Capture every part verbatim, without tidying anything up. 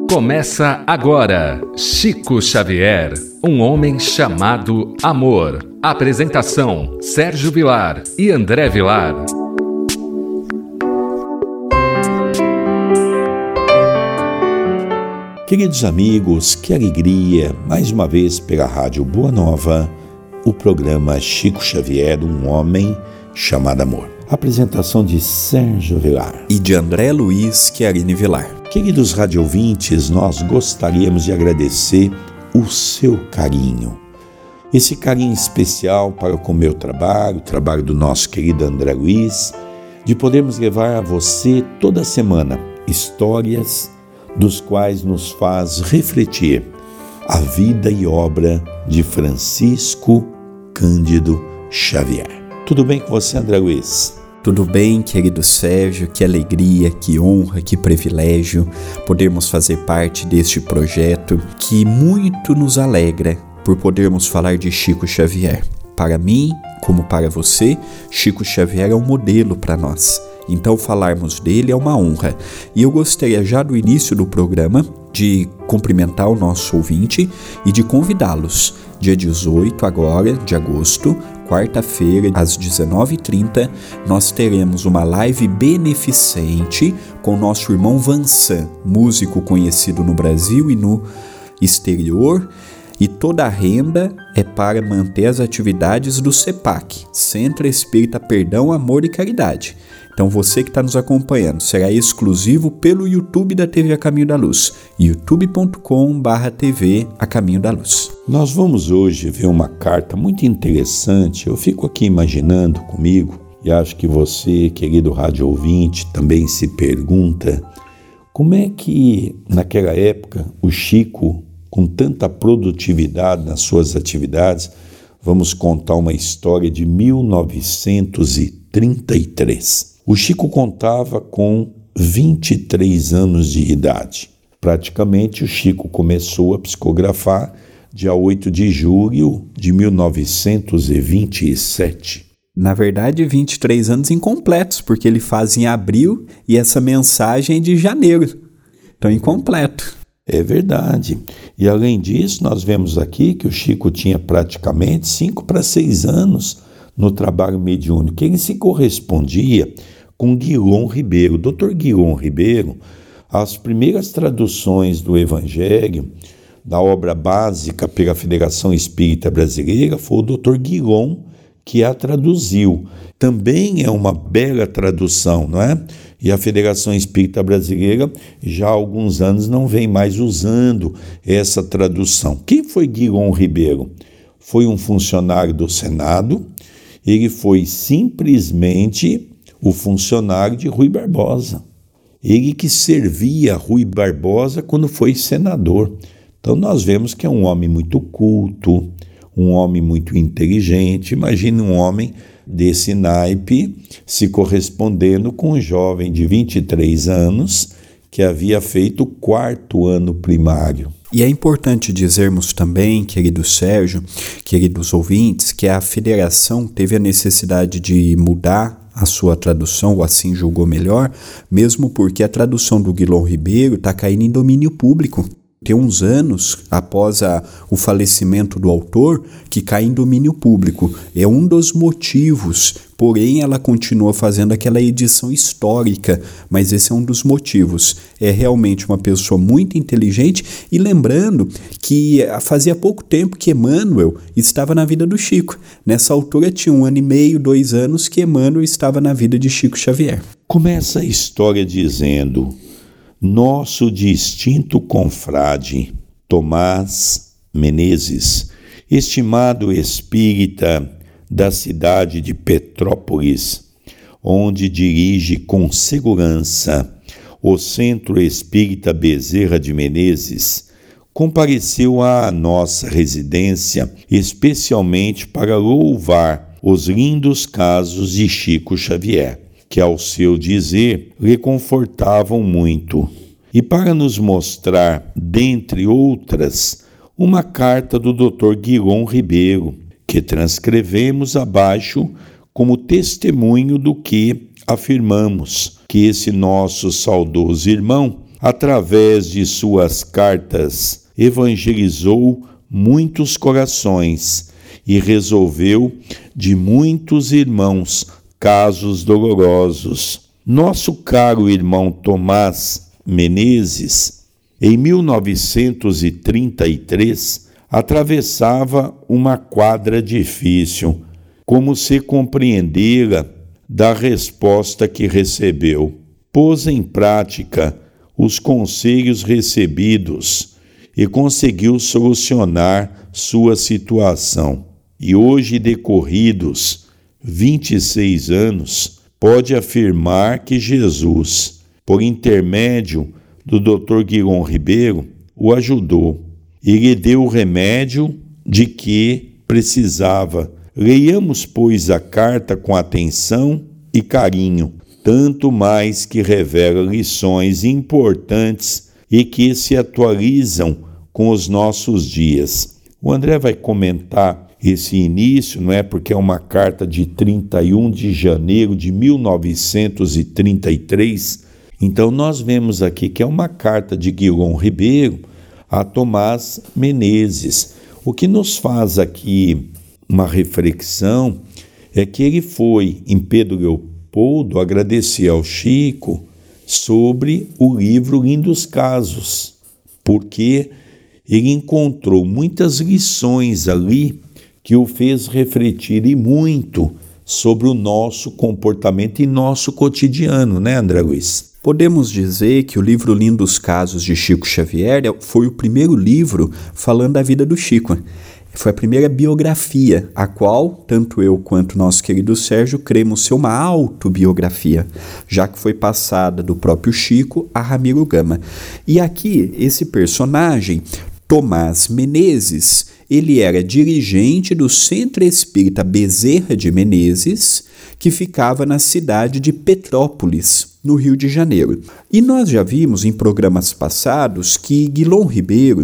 Começa agora, Chico Xavier, um homem chamado amor. Apresentação, Sérgio Vilar e André Vilar. Queridos amigos, que alegria, mais uma vez pela Rádio Boa Nova, o programa Chico Xavier, um homem chamado amor. Apresentação de Sérgio Vilar e de André Luiz Chiarini Vilar. Queridos radiovintes, nós gostaríamos de agradecer o seu carinho. Esse carinho especial para com o meu trabalho, o trabalho do nosso querido André Luiz, de podermos levar a você toda semana histórias dos quais nos faz refletir a vida e obra de Francisco Cândido Xavier. Tudo bem com você, André Luiz? Tudo bem, querido Sérgio, que alegria, que honra, que privilégio podermos fazer parte deste projeto que muito nos alegra por podermos falar de Chico Xavier. Para mim, como para você, Chico Xavier é um modelo para nós. Então falarmos dele é uma honra. E eu gostaria já do início do programa de cumprimentar o nosso ouvinte e de convidá-los. Dia dezoito agora de agosto, quarta-feira, às dezenove e trinta, nós teremos uma live beneficente com o nosso irmão Vansan, músico conhecido no Brasil e no exterior. E toda a renda é para manter as atividades do CEPAC, Centro Espírita Perdão, Amor e Caridade. Então você que está nos acompanhando, será exclusivo pelo YouTube da T V A Caminho da Luz, youtube ponto com barra T V A Caminho da Luz. Nós vamos hoje ver uma carta muito interessante. Eu fico aqui imaginando comigo, e acho que você, querido rádio ouvinte, também se pergunta como é que naquela época o Chico, com tanta produtividade nas suas atividades, vamos contar uma história de mil novecentos e trinta e três. O Chico contava com vinte e três anos de idade. Praticamente o Chico começou a psicografar dia oito de julho de mil novecentos e vinte e sete. Na verdade, vinte e três anos incompletos, porque ele faz em abril e essa mensagem é de janeiro. Então, incompleto. É verdade. E além disso, nós vemos aqui que o Chico tinha praticamente cinco para seis anos no trabalho mediúnico. Ele se correspondia com Guilom Ribeiro. doutor Guilom Ribeiro, as primeiras traduções do Evangelho, da obra básica pela Federação Espírita Brasileira, foi o doutor Guilom que a traduziu. Também é uma bela tradução, não é? E a Federação Espírita Brasileira já há alguns anos não vem mais usando essa tradução. Quem foi Guilom Ribeiro? Foi um funcionário do Senado. Ele foi simplesmente o funcionário de Rui Barbosa. Ele que servia Rui Barbosa quando foi senador. Então nós vemos que é um homem muito culto, um homem muito inteligente. Imagine um homem desse naipe se correspondendo com um jovem de vinte e três anos que havia feito o quarto ano primário. E é importante dizermos também, querido Sérgio, queridos ouvintes, que a federação teve a necessidade de mudar a sua tradução, ou assim julgou melhor, mesmo porque a tradução do Guilom Ribeiro está caindo em domínio público. Tem uns anos, após a, o falecimento do autor, que cai em domínio público. É um dos motivos, porém ela continua fazendo aquela edição histórica, mas esse é um dos motivos. É realmente uma pessoa muito inteligente, e lembrando que fazia pouco tempo que Emmanuel estava na vida do Chico. Nessa altura tinha um ano e meio, dois anos que Emmanuel estava na vida de Chico Xavier. Começa a história dizendo: nosso distinto confrade Tomás Menezes, estimado espírita da cidade de Petrópolis, onde dirige com segurança o Centro Espírita Bezerra de Menezes, compareceu à nossa residência especialmente para louvar os lindos casos de Chico Xavier, que, ao seu dizer, lhe confortavam muito, e para nos mostrar, dentre outras, uma carta do doutor Guilom Ribeiro, que transcrevemos abaixo como testemunho do que afirmamos, que esse nosso saudoso irmão através de suas cartas, evangelizou muitos corações e resolveu de muitos irmãos casos dolorosos. Nosso caro irmão Tomás Menezes, em mil novecentos e trinta e três, atravessava uma quadra difícil, como se compreendera da resposta que recebeu. Pôs em prática os conselhos recebidos e conseguiu solucionar sua situação. E hoje, decorridos vinte e seis anos, pode afirmar que Jesus, por intermédio do doutor Guilom Ribeiro, o ajudou e lhe deu o remédio de que precisava. Leiamos, pois, a carta com atenção e carinho, tanto mais que revela lições importantes e que se atualizam com os nossos dias. O André vai comentar esse início, não é? Porque é uma carta de trinta e um de janeiro de mil novecentos e trinta e três. Então nós vemos aqui que é uma carta de Guilom Ribeiro a Tomás Menezes. O que nos faz aqui uma reflexão é que ele foi em Pedro Leopoldo agradecer ao Chico sobre o livro Lindos Casos, porque ele encontrou muitas lições ali que o fez refletir e muito sobre o nosso comportamento e nosso cotidiano, né, André Luiz? Podemos dizer que o livro Lindos Casos de Chico Xavier foi o primeiro livro falando da vida do Chico. Foi a primeira biografia, a qual, tanto eu quanto nosso querido Sérgio, cremos ser uma autobiografia, já que foi passada do próprio Chico a Ramiro Gama. E aqui, esse personagem, Tomás Menezes, ele era dirigente do Centro Espírita Bezerra de Menezes, que ficava na cidade de Petrópolis, no Rio de Janeiro. E nós já vimos em programas passados que Guilom Ribeiro,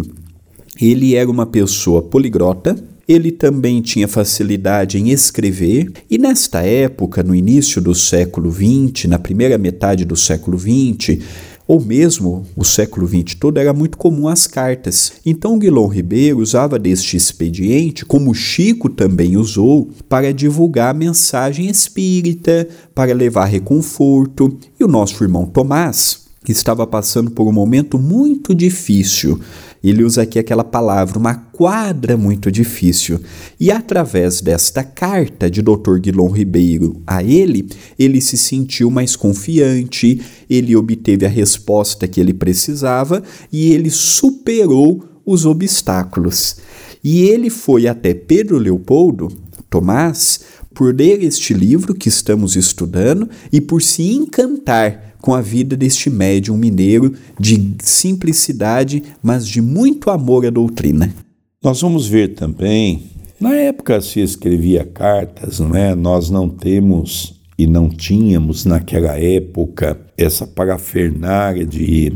ele era uma pessoa poliglota, ele também tinha facilidade em escrever, e nesta época, no início do século vinte, na primeira metade do século vinte, ou mesmo o século vinte todo, era muito comum as cartas. Então Guilom Ribeiro usava deste expediente, como Chico também usou, para divulgar a mensagem espírita, para levar reconforto. E o nosso irmão Tomás estava passando por um momento muito difícil. Ele usa aqui aquela palavra, uma quadra muito difícil. E através desta carta de doutor Guilom Ribeiro a ele, ele se sentiu mais confiante, ele obteve a resposta que ele precisava e ele superou os obstáculos. E ele foi até Pedro Leopoldo, Tomás, por ler este livro que estamos estudando e por se encantar com a vida deste médium mineiro de simplicidade, mas de muito amor à doutrina. Nós vamos ver também, na época se escrevia cartas, não é? Nós não temos e não tínhamos naquela época essa parafernália de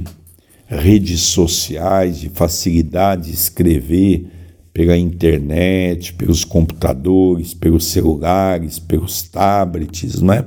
redes sociais, de facilidade de escrever pela internet, pelos computadores, pelos celulares, pelos tablets, não é?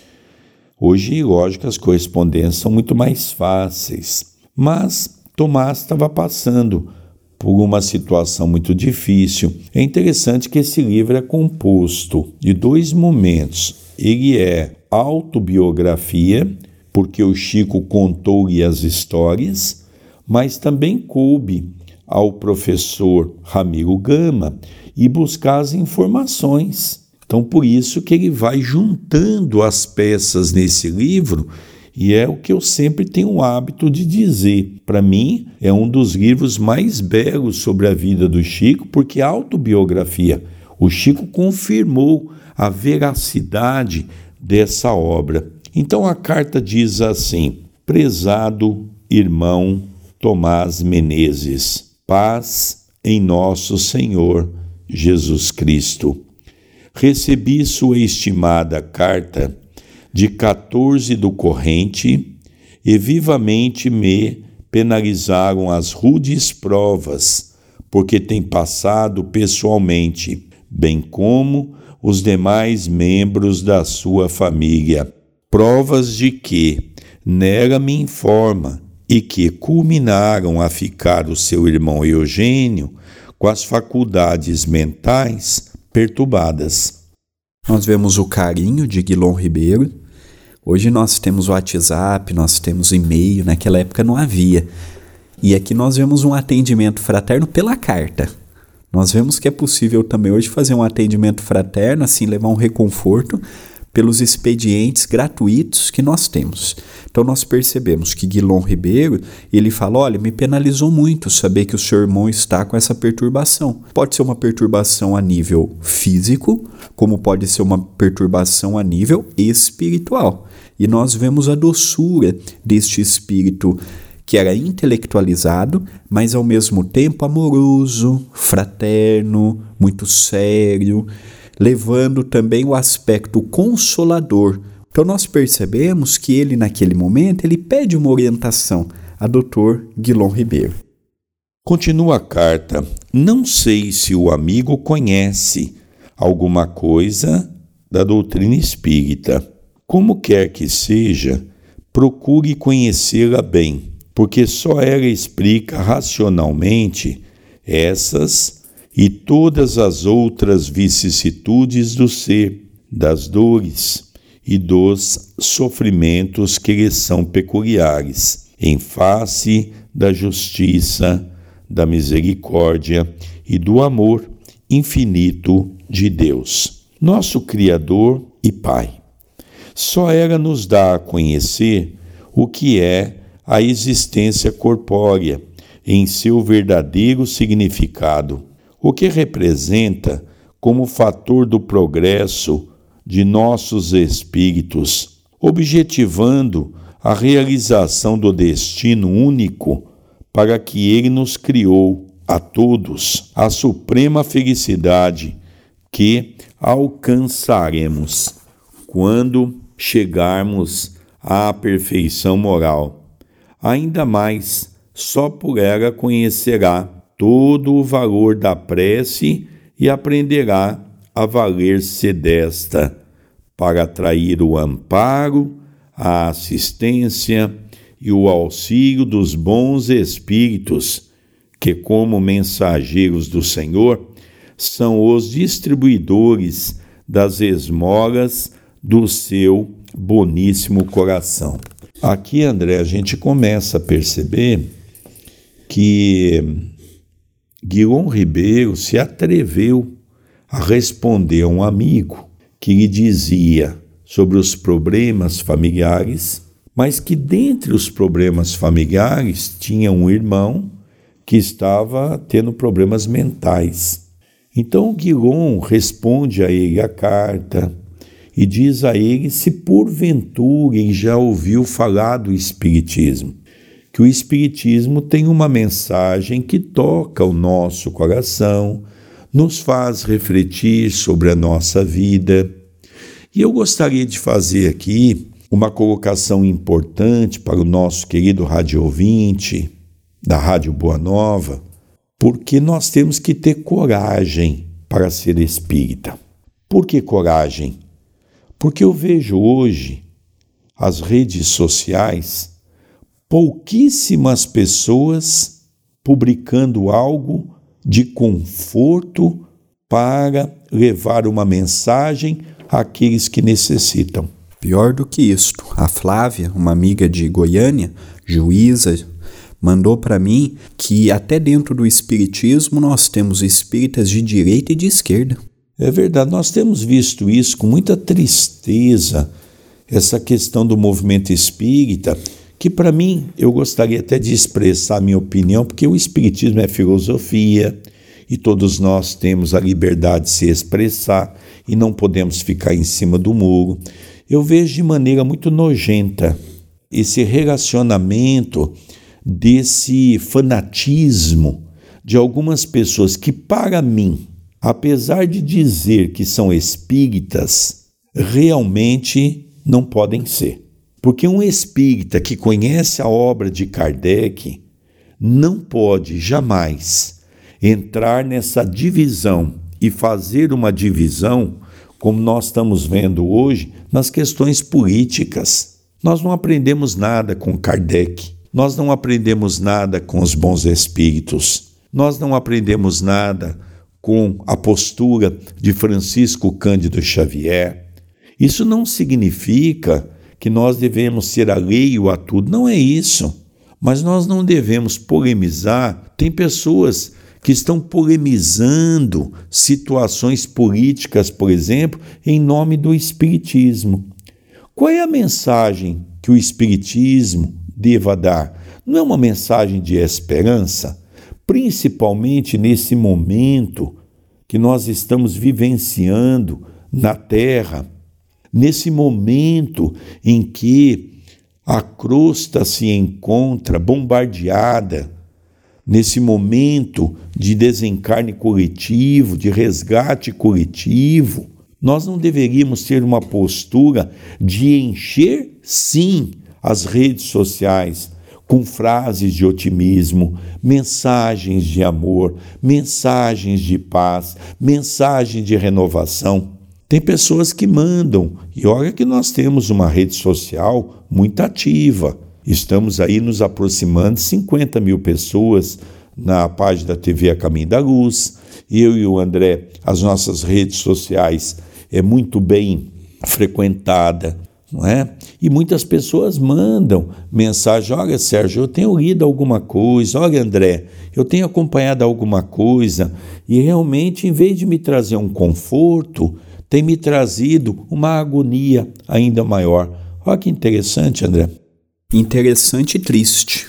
Hoje, lógico, as correspondências são muito mais fáceis, mas Tomás estava passando por uma situação muito difícil. É interessante que esse livro é composto de dois momentos. Ele é autobiografia, porque o Chico contou-lhe as histórias, mas também coube ao professor Ramiro Gama e buscar as informações. Então, por isso que ele vai juntando as peças nesse livro, e é o que eu sempre tenho o hábito de dizer. Para mim, é um dos livros mais belos sobre a vida do Chico, porque é autobiografia. O Chico confirmou a veracidade dessa obra. Então, a carta diz assim: prezado irmão Tomás Menezes, paz em nosso Senhor Jesus Cristo. Recebi sua estimada carta de quatorze do corrente e vivamente me penalizaram as rudes provas, porque tem passado pessoalmente, bem como os demais membros da sua família. Provas de que nela me informa e que culminaram a ficar o seu irmão Eugênio com as faculdades mentais perturbadas. Nós vemos o carinho de Guilom Ribeiro. Hoje nós temos o WhatsApp, nós temos e-mail, naquela época não havia. E aqui nós vemos um atendimento fraterno pela carta. Nós vemos que é possível também hoje fazer um atendimento fraterno, assim levar um reconforto pelos expedientes gratuitos que nós temos. Então nós percebemos que Guilom Ribeiro, ele fala, olha, me penalizou muito saber que o seu irmão está com essa perturbação. Pode ser uma perturbação a nível físico, como pode ser uma perturbação a nível espiritual. E nós vemos a doçura deste espírito que era intelectualizado, mas ao mesmo tempo amoroso, fraterno, muito sério, levando também o aspecto consolador. Então nós percebemos que ele, naquele momento, ele pede uma orientação a doutor Guilom Ribeiro. Continua a carta. Não sei se o amigo conhece alguma coisa da doutrina espírita. Como quer que seja, procure conhecê-la bem, porque só ela explica racionalmente essas e todas as outras vicissitudes do ser, das dores e dos sofrimentos que lhes são peculiares, em face da justiça, da misericórdia e do amor infinito de Deus, nosso Criador e Pai. Só ela nos dá a conhecer o que é a existência corpórea em seu verdadeiro significado, o que representa como fator do progresso de nossos espíritos, objetivando a realização do destino único para que Ele nos criou a todos, a suprema felicidade que alcançaremos quando chegarmos à perfeição moral. Ainda mais, só por ela conhecerá todo o valor da prece e aprenderá a valer-se desta, para atrair o amparo, a assistência e o auxílio dos bons espíritos, que, como mensageiros do Senhor, são os distribuidores das esmolas do seu boníssimo coração. Aqui, André, a gente começa a perceber que Guilom Ribeiro se atreveu a responder a um amigo que lhe dizia sobre os problemas familiares, mas que dentre os problemas familiares tinha um irmão que estava tendo problemas mentais. Então Guilom responde a ele a carta e diz a ele se porventura ele já ouviu falar do Espiritismo, que o Espiritismo tem uma mensagem que toca o nosso coração, nos faz refletir sobre a nossa vida. E eu gostaria de fazer aqui uma colocação importante para o nosso querido rádio ouvinte da Rádio Boa Nova, porque nós temos que ter coragem para ser espírita. Por que coragem? Porque eu vejo hoje as redes sociais, pouquíssimas pessoas publicando algo de conforto para levar uma mensagem àqueles que necessitam. Pior do que isto, a Flávia, uma amiga de Goiânia, juíza, mandou para mim que até dentro do espiritismo nós temos espíritas de direita e de esquerda. É verdade, nós temos visto isso com muita tristeza, essa questão do movimento espírita, que para mim, eu gostaria até de expressar a minha opinião, porque o espiritismo é filosofia e todos nós temos a liberdade de se expressar e não podemos ficar em cima do muro. Eu vejo de maneira muito nojenta esse relacionamento desse fanatismo de algumas pessoas que, para mim, apesar de dizer que são espíritas, realmente não podem ser. Porque um espírita que conhece a obra de Kardec não pode jamais entrar nessa divisão e fazer uma divisão como nós estamos vendo hoje nas questões políticas. Nós não aprendemos nada com Kardec. Nós não aprendemos nada com os bons espíritos. Nós não aprendemos nada com a postura de Francisco Cândido Xavier. Isso não significa que nós devemos ser alheio a tudo. Não é isso. Mas nós não devemos polemizar. Tem pessoas que estão polemizando situações políticas, por exemplo, em nome do Espiritismo. Qual é a mensagem que o Espiritismo deva dar? Não é uma mensagem de esperança? Principalmente nesse momento que nós estamos vivenciando na Terra, nesse momento em que a crosta se encontra bombardeada, nesse momento de desencarne coletivo, de resgate coletivo, nós não deveríamos ter uma postura de encher, sim, as redes sociais com frases de otimismo, mensagens de amor, mensagens de paz, mensagens de renovação. Tem pessoas que mandam, e olha que nós temos uma rede social muito ativa. Estamos aí nos aproximando de cinquenta mil pessoas na página da T V A Caminho da Luz. Eu e o André, as nossas redes sociais é muito bem frequentada, não é? E muitas pessoas mandam mensagem: olha, Sérgio, eu tenho lido alguma coisa, olha, André, eu tenho acompanhado alguma coisa, e realmente, em vez de me trazer um conforto, tem me trazido uma agonia ainda maior. Olha que interessante, André. Interessante e triste,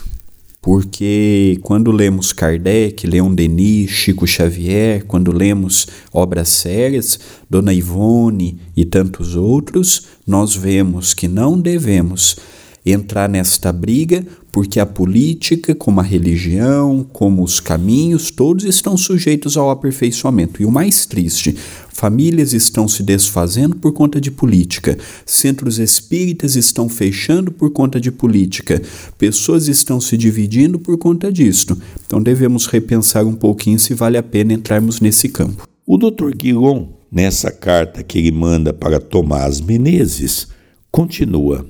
porque quando lemos Kardec, Leon Denis, Chico Xavier, quando lemos obras sérias, Dona Ivone e tantos outros, nós vemos que não devemos entrar nesta briga, porque a política, como a religião, como os caminhos, todos estão sujeitos ao aperfeiçoamento. E o mais triste, famílias estão se desfazendo por conta de política, centros espíritas estão fechando por conta de política, pessoas estão se dividindo por conta disto. Então devemos repensar um pouquinho se vale a pena entrarmos nesse campo. O doutor Guilom, nessa carta que ele manda para Tomás Menezes, continua: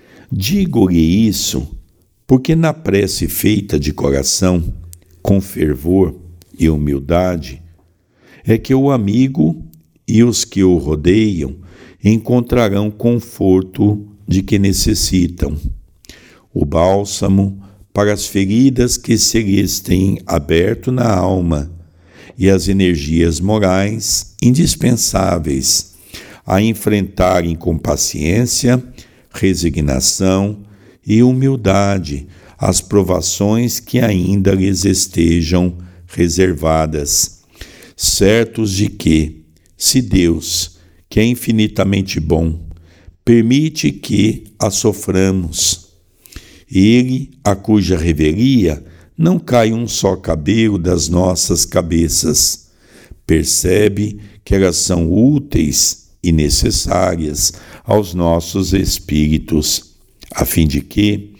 digo-lhe isso porque na prece feita de coração, com fervor e humildade, é que o amigo e os que o rodeiam encontrarão conforto de que necessitam, o bálsamo para as feridas que se lhes têm aberto na alma e as energias morais indispensáveis a enfrentarem com paciência, resignação e humildade as provações que ainda lhes estejam reservadas, certos de que, se Deus, que é infinitamente bom, permite que a soframos, Ele, a cuja revelia não cai um só cabelo das nossas cabeças, percebe que elas são úteis e necessárias aos nossos espíritos, a fim de que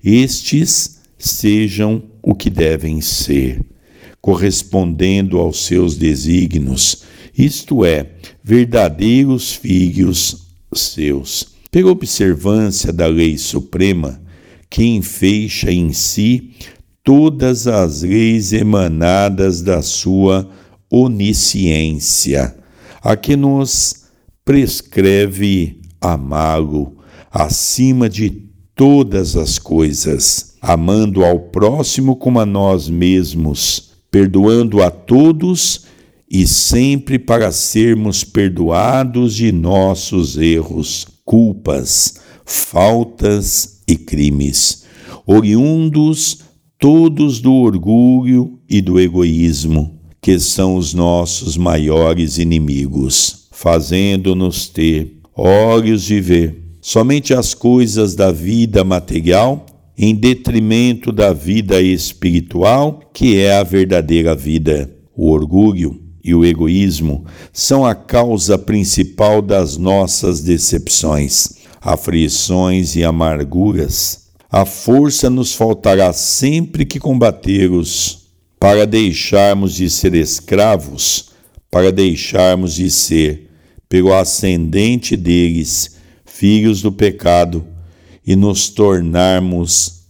estes sejam o que devem ser, correspondendo aos seus desígnios, isto é, verdadeiros filhos seus, pela observância da lei suprema, que enfeixa em si todas as leis emanadas da sua onisciência, a que nos prescreve amá-lo acima de todas as coisas, amando ao próximo como a nós mesmos, perdoando a todos e sempre para sermos perdoados de nossos erros, culpas, faltas e crimes, oriundos todos do orgulho e do egoísmo, que são os nossos maiores inimigos, fazendo-nos ter olhos de ver somente as coisas da vida material, em detrimento da vida espiritual, que é a verdadeira vida. O orgulho e o egoísmo são a causa principal das nossas decepções, aflições e amarguras. A força nos faltará sempre que combatê-los, para deixarmos de ser escravos, para deixarmos de ser, pelo ascendente deles, filhos do pecado, e nos tornarmos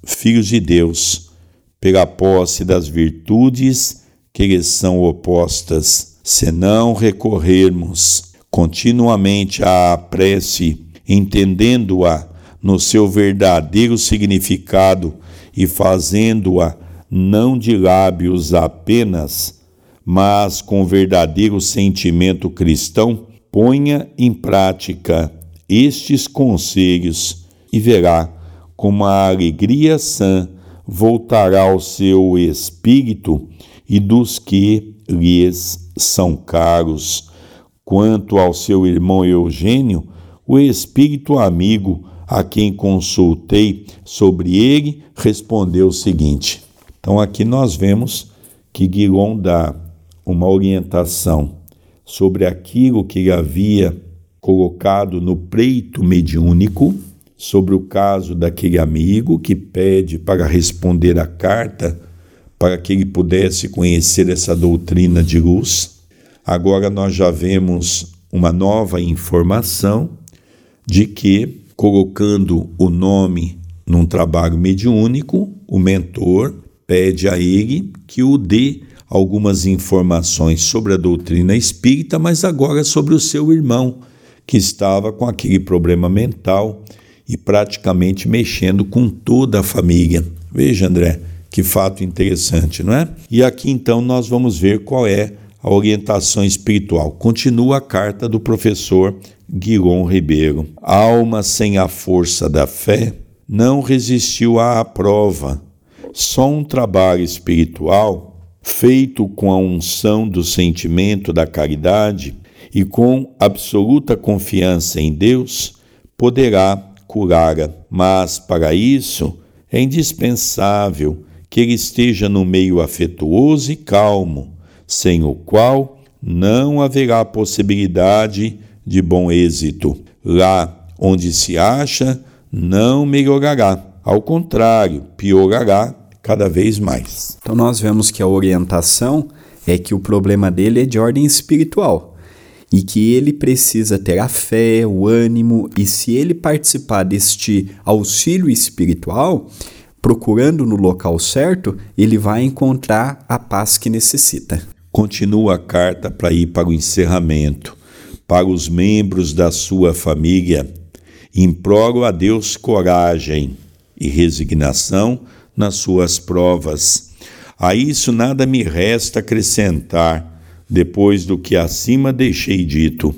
filhos de Deus, pela posse das virtudes que lhes são opostas, se não recorrermos continuamente à prece, entendendo-a no seu verdadeiro significado e fazendo-a não de lábios apenas, mas com verdadeiro sentimento cristão, ponha em prática estes conselhos e verá como a alegria sã voltará ao seu espírito e dos que lhes são caros. Quanto ao seu irmão Eugênio, o espírito amigo a quem consultei sobre ele respondeu o seguinte. Então aqui nós vemos que Guilom dá uma orientação sobre aquilo que ele havia colocado no preito mediúnico, sobre o caso daquele amigo que pede para responder a carta para que ele pudesse conhecer essa doutrina de luz. Agora nós já vemos uma nova informação de que, colocando o nome num trabalho mediúnico, o mentor pede a ele que o dê algumas informações sobre a doutrina espírita, mas agora sobre o seu irmão, que estava com aquele problema mental e praticamente mexendo com toda a família. Veja, André, que fato interessante, não é? E aqui então nós vamos ver qual é a orientação espiritual. Continua a carta do professor Guilom Ribeiro. A alma sem a força da fé não resistiu à prova. Só um trabalho espiritual, feito com a unção do sentimento da caridade e com absoluta confiança em Deus, poderá curá-la. Mas, para isso, é indispensável que ele esteja no meio afetuoso e calmo, sem o qual não haverá possibilidade de bom êxito. Lá onde se acha, não melhorará. Ao contrário, piorará cada vez mais. Então nós vemos que a orientação é que o problema dele é de ordem espiritual e que ele precisa ter a fé, o ânimo, e se ele participar deste auxílio espiritual, procurando no local certo, ele vai encontrar a paz que necessita. Continua a carta para ir para o encerramento. Para os membros da sua família, imploro a Deus coragem e resignação nas suas provas. A isso nada me resta acrescentar, depois do que acima deixei dito.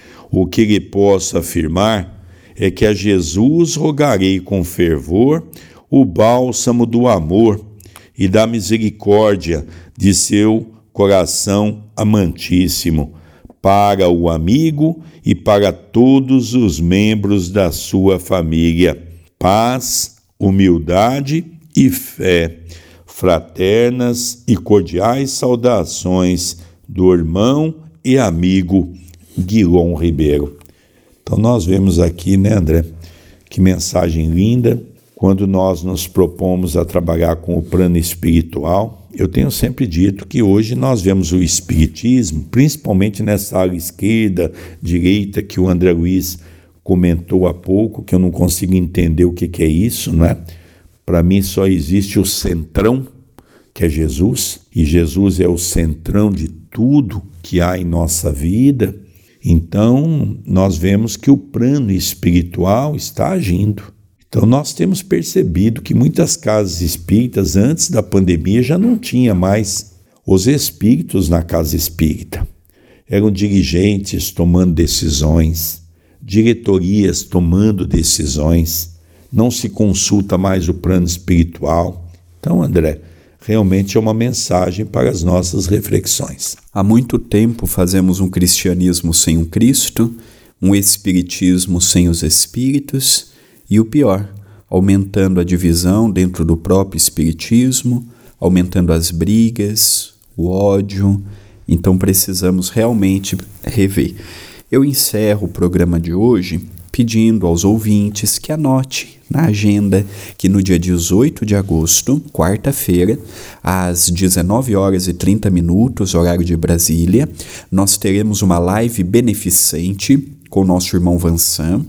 O que lhe posso afirmar é que a Jesus rogarei com fervor o bálsamo do amor e da misericórdia de seu coração amantíssimo, para o amigo e para todos os membros da sua família. Paz, humildade e fé. Fraternas e cordiais saudações do irmão e amigo Guilom Ribeiro. Então nós vemos aqui, né, André, que mensagem linda. Quando nós nos propomos a trabalhar com o plano espiritual, eu tenho sempre dito que hoje nós vemos o espiritismo, principalmente nessa área esquerda, direita, que o André Luiz comentou há pouco, que eu não consigo entender o que, que é isso, não é? Para mim só existe o centrão, que é Jesus, e Jesus é o centrão de tudo que há em nossa vida. Então, nós vemos que o plano espiritual está agindo. Então, nós temos percebido que muitas casas espíritas, antes da pandemia, já não tinha mais os espíritos na casa espírita. Eram dirigentes tomando decisões, diretorias tomando decisões, não se consulta mais o plano espiritual. Então, André, realmente é uma mensagem para as nossas reflexões. Há muito tempo fazemos um cristianismo sem um Cristo, um espiritismo sem os espíritos, e o pior, aumentando a divisão dentro do próprio espiritismo, aumentando as brigas, o ódio. Então precisamos realmente rever. Eu encerro o programa de hoje pedindo aos ouvintes que anote na agenda que no dia dezoito de agosto, quarta-feira, às dezenove horas e trinta minutos, horário de Brasília, nós teremos uma live beneficente com o nosso irmão Vansan.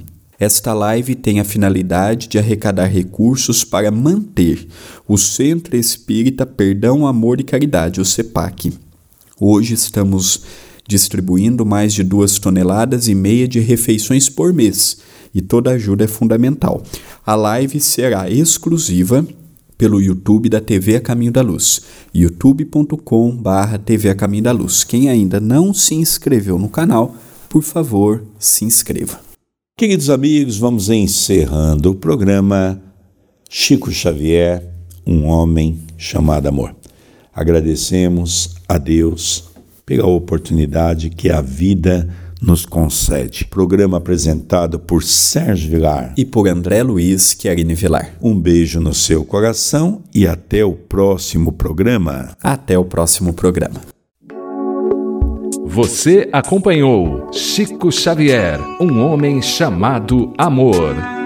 Esta live tem a finalidade de arrecadar recursos para manter o Centro Espírita Perdão, Amor e Caridade, o CEPAC. Hoje estamos distribuindo mais de duas toneladas e meia de refeições por mês e toda ajuda é fundamental. A live será exclusiva pelo YouTube da T V A Caminho da Luz, youtube ponto com barra T V A Caminho da Luz. Quem ainda não se inscreveu no canal, por favor, se inscreva. Queridos amigos, vamos encerrando o programa Chico Xavier, um homem chamado amor. Agradecemos a Deus pela oportunidade que a vida nos concede. Programa apresentado por Sérgio Vilar e por André Luiz Chiarini Vilar. Um beijo no seu coração e até o próximo programa. Até o próximo programa. Você acompanhou Chico Xavier, um homem chamado amor.